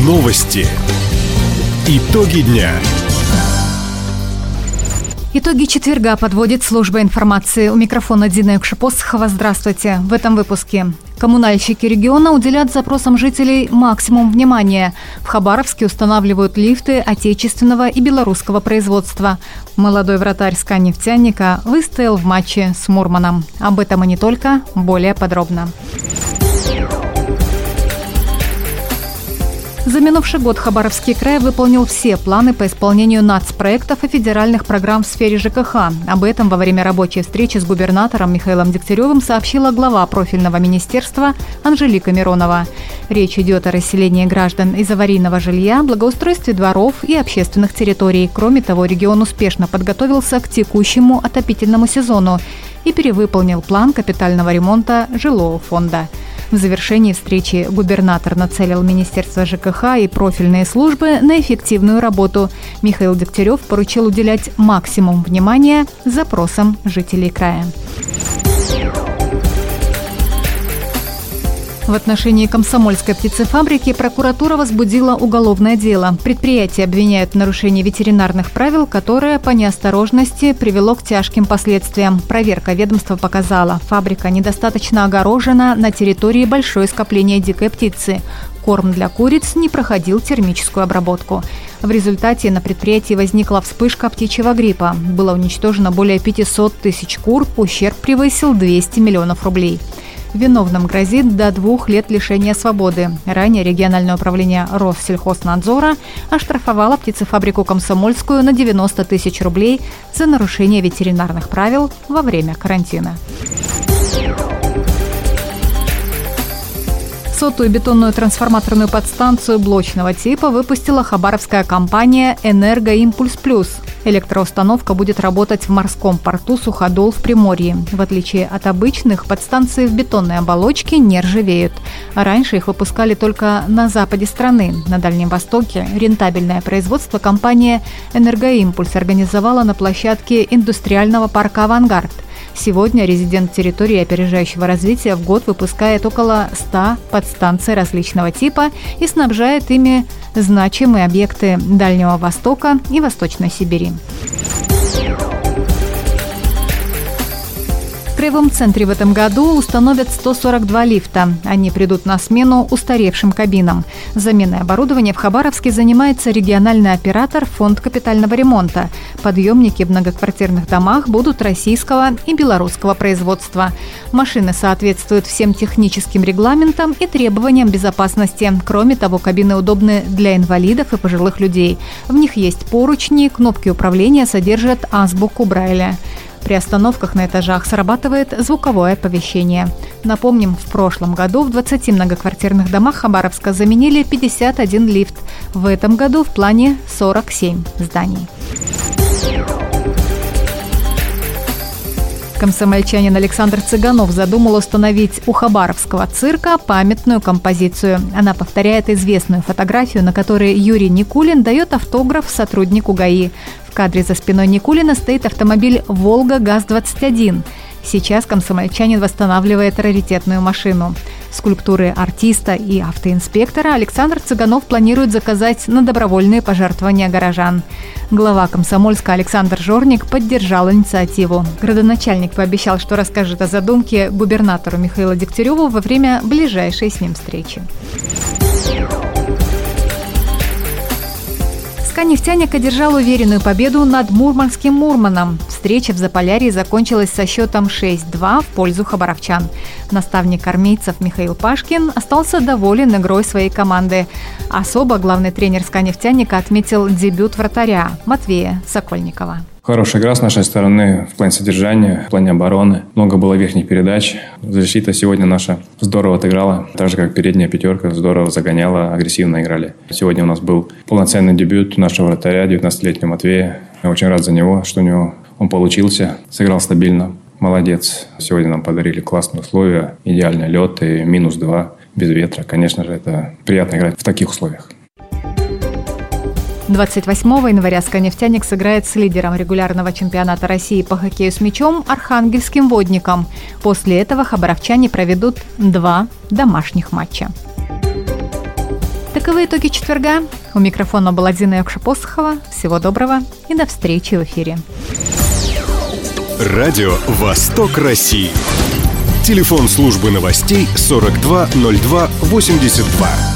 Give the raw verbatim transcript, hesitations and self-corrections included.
Новости. Итоги дня. Итоги четверга подводит служба информации. У микрофона Дина Юкшипосхова. Здравствуйте. В этом выпуске. Коммунальщики региона уделят запросам жителей максимум внимания. В Хабаровске устанавливают лифты отечественного и белорусского производства. Молодой вратарь СКА «Нефтяника» выстоял в матче с Мурманом. Об этом и не только. Более подробно. За минувший год Хабаровский край выполнил все планы по исполнению нацпроектов и федеральных программ в сфере ЖКХ. Об этом во время рабочей встречи с губернатором Михаилом Дегтяревым сообщила глава профильного министерства Анжелика Миронова. Речь идет о расселении граждан из аварийного жилья, благоустройстве дворов и общественных территорий. Кроме того, регион успешно подготовился к текущему отопительному сезону и перевыполнил план капитального ремонта жилого фонда. В завершении встречи губернатор нацелил Министерство ЖКХ и профильные службы на эффективную работу. Михаил Дегтярев поручил уделять максимум внимания запросам жителей края. В отношении Комсомольской птицефабрики прокуратура возбудила уголовное дело. Предприятие обвиняют в нарушении ветеринарных правил, которое по неосторожности привело к тяжким последствиям. Проверка ведомства показала, фабрика недостаточно огорожена на территории большое скопление дикой птицы. Корм для куриц не проходил термическую обработку. В результате на предприятии возникла вспышка птичьего гриппа. Было уничтожено более пятьсот тысяч кур, ущерб превысил двести миллионов рублей. Виновным грозит до двух лет лишения свободы. Ранее региональное управление Россельхознадзора оштрафовало птицефабрику «Комсомольскую» на девяносто тысяч рублей за нарушение ветеринарных правил во время карантина. Сотую бетонную трансформаторную подстанцию блочного типа выпустила хабаровская компания «Энергоимпульс Плюс». Электроустановка будет работать в морском порту Суходол в Приморье. В отличие от обычных, подстанции в бетонной оболочке не ржавеют. Раньше их выпускали только на западе страны. На Дальнем Востоке рентабельное производство компания «Энергоимпульс» организовала на площадке индустриального парка «Авангард». Сегодня резидент территории опережающего развития в год выпускает около ста подстанций различного типа и снабжает ими значимые объекты Дальнего Востока и Восточной Сибири. В Краевом центре в этом году установят сто сорок два лифта. Они придут на смену устаревшим кабинам. Заменой оборудования в Хабаровске занимается региональный оператор Фонд капитального ремонта. Подъемники в многоквартирных домах будут российского и белорусского производства. Машины соответствуют всем техническим регламентам и требованиям безопасности. Кроме того, кабины удобны для инвалидов и пожилых людей. В них есть поручни, кнопки управления содержат азбуку Брайля. При остановках на этажах срабатывает звуковое оповещение. Напомним, в прошлом году в двадцати многоквартирных домах Хабаровска заменили пятьдесят один лифт. В этом году в плане сорок семь зданий. Комсомольчанин Александр Цыганов задумал установить у хабаровского цирка памятную композицию. Она повторяет известную фотографию, на которой Юрий Никулин дает автограф сотруднику ГАИ. В кадре за спиной Никулина стоит автомобиль «Волга ГАЗ-двадцать один». Сейчас комсомольчанин восстанавливает раритетную машину. Скульптуры артиста и автоинспектора Александр Цыганов планирует заказать на добровольные пожертвования горожан. Глава Комсомольска Александр Жорник поддержал инициативу. Градоначальник пообещал, что расскажет о задумке губернатору Михаилу Дегтяреву во время ближайшей с ним встречи. СКА «Нефтяник» одержал уверенную победу над мурманским «Мурманом». Встреча в Заполярье закончилась со счетом шесть-два в пользу хабаровчан. Наставник армейцев Михаил Пашкин остался доволен игрой своей команды. Особо главный тренер СКА «Нефтяника» отметил дебют вратаря Матвея Сокольникова. Хорошая игра с нашей стороны в плане содержания, в плане обороны. Много было верхних передач. Защита сегодня наша здорово отыграла. Так же, как передняя пятерка здорово загоняла, агрессивно играли. Сегодня у нас был полноценный дебют нашего вратаря, девятнадцатилетнего Матвея. Я очень рад за него, что у него он получился. Сыграл стабильно. Молодец. Сегодня нам подарили классные условия. Идеальный лед и минус два без ветра. Конечно же, это приятно играть в таких условиях. двадцать восьмого января СКА «Нефтяник» сыграет с лидером регулярного чемпионата России по хоккею с мячом Архангельским «Водником». После этого хабаровчане проведут два домашних матча. Таковы итоги четверга. У микрофона была Дина Якша-Посохова. Всего доброго и до встречи в эфире. Радио «Восток России». Телефон службы новостей сорок два ноль два восемьдесят два.